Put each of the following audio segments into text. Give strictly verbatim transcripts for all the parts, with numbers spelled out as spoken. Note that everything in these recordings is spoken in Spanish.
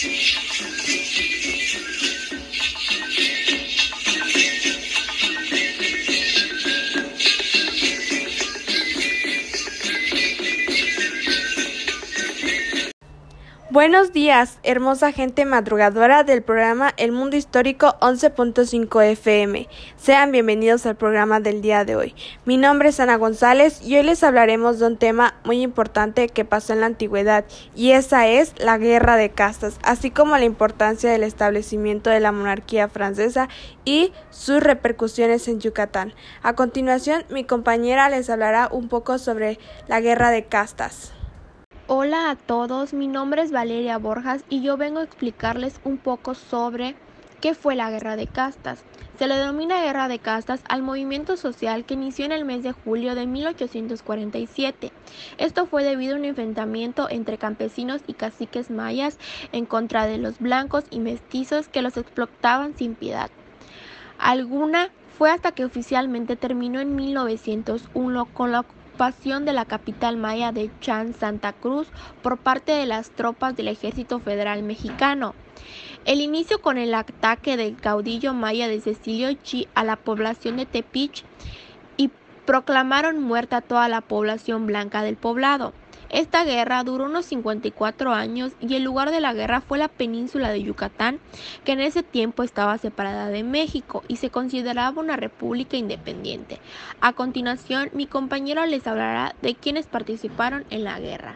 Buenos días, hermosa gente madrugadora del programa El Mundo Histórico once punto cinco F M. Sean bienvenidos al programa del día de hoy. Mi nombre es Ana González y hoy les hablaremos de un tema muy importante que pasó en la antigüedad, y esa es la guerra de castas, así como la importancia del establecimiento de la monarquía francesa y sus repercusiones en Yucatán. A continuación, mi compañera les hablará un poco sobre la guerra de castas. Hola a todos, mi nombre es Valeria Borjas y yo vengo a explicarles un poco sobre qué fue la guerra de castas. Se le denomina guerra de castas al movimiento social que inició en el mes de julio de mil ochocientos cuarenta y siete. Esto fue debido a un enfrentamiento entre campesinos y caciques mayas en contra de los blancos y mestizos que los explotaban sin piedad. Alguna fue hasta que oficialmente terminó en mil novecientos uno con la ocupación de la capital maya de Chan Santa Cruz por parte de las tropas del Ejército Federal Mexicano. El inicio con el ataque del caudillo maya de Cecilio Chi a la población de Tepic y proclamaron muerta a toda la población blanca del poblado. Esta guerra duró unos cincuenta y cuatro años y el lugar de la guerra fue la península de Yucatán, que en ese tiempo estaba separada de México y se consideraba una república independiente. A continuación, mi compañero les hablará de quienes participaron en la guerra.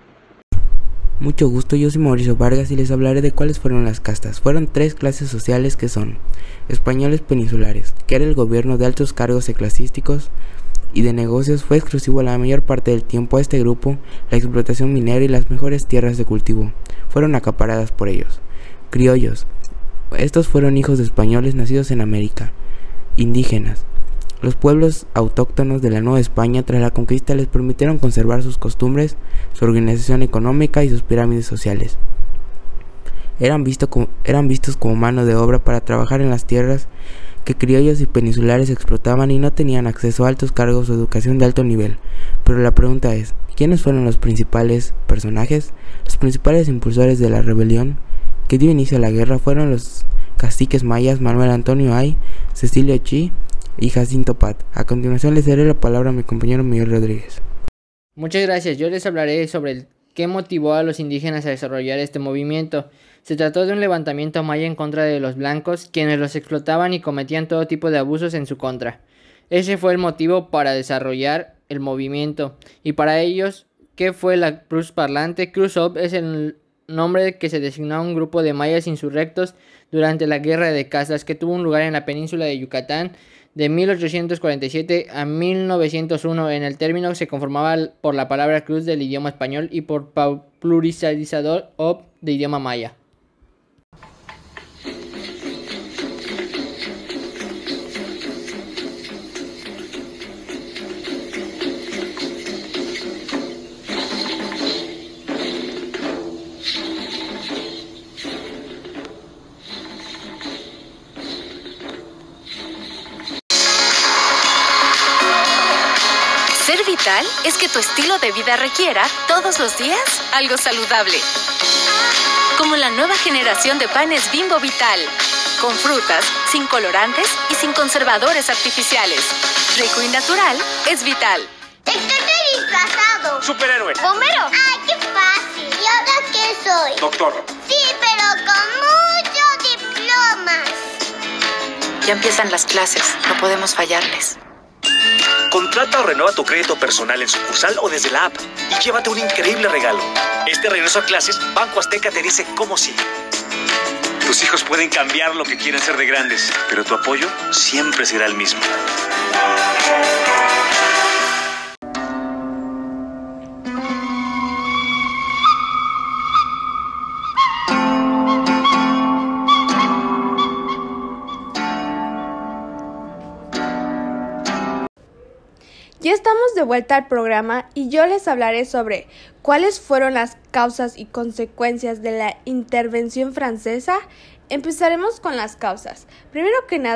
Mucho gusto, yo soy Mauricio Vargas y les hablaré de cuáles fueron las castas. Fueron tres clases sociales que son españoles peninsulares, que era el gobierno de altos cargos eclesiásticos y de negocios. Fue exclusivo la mayor parte del tiempo a este grupo. La explotación minera y las mejores tierras de cultivo fueron acaparadas por ellos. Criollos, estos fueron hijos de españoles nacidos en América. Indígenas, los pueblos autóctonos de la Nueva España tras la conquista les permitieron conservar sus costumbres, su organización económica y sus pirámides sociales. Eran, visto como, eran vistos como mano de obra para trabajar en las tierras que criollos y peninsulares explotaban y no tenían acceso a altos cargos o educación de alto nivel. Pero la pregunta es, ¿quiénes fueron los principales personajes? Los principales impulsores de la rebelión que dio inicio a la guerra fueron los caciques mayas Manuel Antonio Ay, Cecilio Chi y Jacinto Pat. A continuación les daré la palabra a mi compañero Miguel Rodríguez. Muchas gracias, yo les hablaré sobre el qué motivó a los indígenas a desarrollar este movimiento. Se trató de un levantamiento maya en contra de los blancos, quienes los explotaban y cometían todo tipo de abusos en su contra. Ese fue el motivo para desarrollar el movimiento. Y para ellos, ¿qué fue la Cruz Parlante? Cruz Op es el nombre que se designó a un grupo de mayas insurrectos durante la Guerra de Castas, que tuvo un lugar en la península de Yucatán de mil ochocientos cuarenta y siete a mil novecientos uno. En el término se conformaba por la palabra cruz del idioma español y por pluralizador Op de idioma maya. Ser vital es que tu estilo de vida requiera, todos los días, algo saludable. Como la nueva generación de panes Bimbo Vital, con frutas, sin colorantes y sin conservadores artificiales. Rico y natural es vital. ¿De qué te disfrazado? Superhéroe. ¿Bombero? ¡Ay, qué fácil! ¿Y ahora qué soy? Doctor. Sí, pero con muchos diplomas. Ya empiezan las clases, no podemos fallarles. Contrata o renueva tu crédito personal en sucursal o desde la app y llévate un increíble regalo. Este regreso a clases, Banco Azteca te dice cómo sí. Tus hijos pueden cambiar lo que quieren ser de grandes, pero tu apoyo siempre será el mismo. Ya estamos de vuelta al programa y yo les hablaré sobre cuáles fueron las causas y consecuencias de la intervención francesa. Empezaremos con las causas. Primero que nada,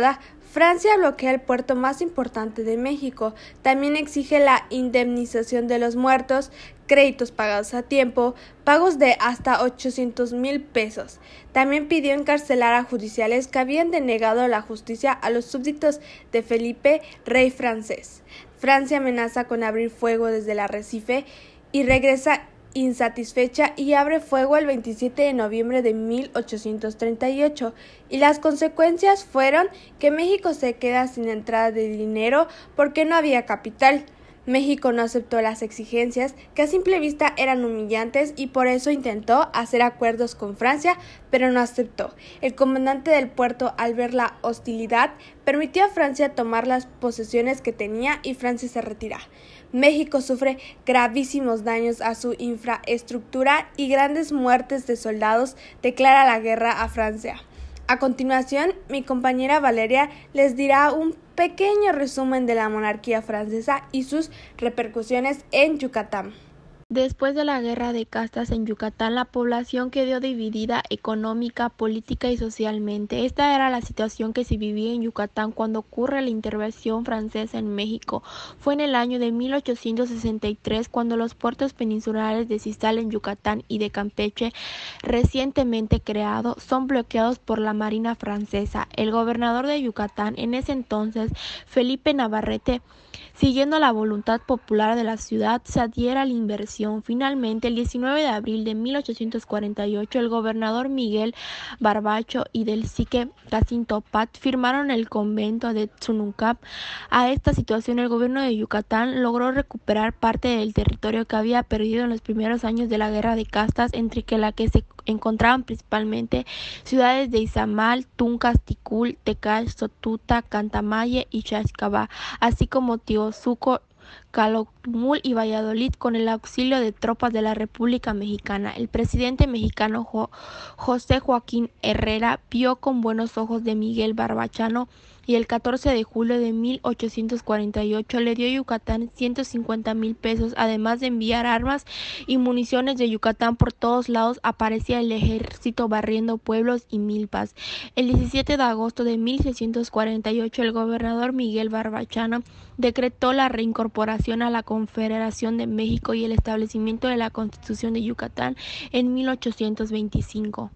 Francia bloquea el puerto más importante de México. También exige la indemnización de los muertos, créditos pagados a tiempo, pagos de hasta ochocientos mil pesos. También pidió encarcelar a judiciales que habían denegado la justicia a los súbditos de Felipe, rey francés. Francia amenaza con abrir fuego desde el arrecife y regresa insatisfecha y abre fuego el veintisiete de noviembre de mil ochocientos treinta y ocho, y las consecuencias fueron que México se queda sin entrada de dinero porque no había capital. México no aceptó las exigencias, que a simple vista eran humillantes, y por eso intentó hacer acuerdos con Francia, pero no aceptó. El comandante del puerto, al ver la hostilidad, permitió a Francia tomar las posesiones que tenía y Francia se retira. México sufre gravísimos daños a su infraestructura y grandes muertes de soldados. Declara la guerra a Francia. A continuación, mi compañera Valeria les dirá un pequeño resumen de la monarquía francesa y sus repercusiones en Yucatán. Después de la guerra de castas en Yucatán, la población quedó dividida económica, política y socialmente. Esta era la situación que se vivía en Yucatán cuando ocurre la intervención francesa en México. Fue en el año de mil ochocientos sesenta y tres cuando los puertos peninsulares de Cizal en Yucatán y de Campeche, recientemente creados, son bloqueados por la Marina francesa. El gobernador de Yucatán, en ese entonces, Felipe Navarrete, siguiendo la voluntad popular de la ciudad, se adhiere a la inversión. Finalmente, el diecinueve de abril de mil ochocientos cuarenta y ocho, el gobernador Miguel Barbacho y del cacique Jacinto Pat firmaron el convenio de Tzununcap. A esta situación, el gobierno de Yucatán logró recuperar parte del territorio que había perdido en los primeros años de la guerra de castas, entre que la que se encontraban principalmente ciudades de Izamal, Tuncas, Ticul, Tecách, Sotuta, Cantamaye y Xaxcabá, así como Teozuco, Calakmul y Valladolid, con el auxilio de tropas de la República Mexicana. El presidente mexicano Jo- José Joaquín Herrera vio con buenos ojos de Miguel Barbachano y el catorce de julio de mil ochocientos cuarenta y ocho le dio a Yucatán ciento cincuenta mil pesos, además de enviar armas y municiones de Yucatán. Por todos lados aparecía el ejército barriendo pueblos y milpas. El diecisiete de agosto de mil seiscientos cuarenta y ocho, el gobernador Miguel Barbachano decretó la reincorporación a la Confederación de México y el establecimiento de la Constitución de Yucatán en mil ochocientos veinticinco.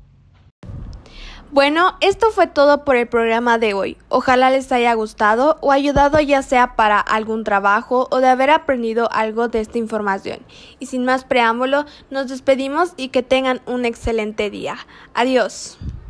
Bueno, esto fue todo por el programa de hoy. Ojalá les haya gustado o ayudado, ya sea para algún trabajo o de haber aprendido algo de esta información. Y sin más preámbulo, nos despedimos y que tengan un excelente día. Adiós.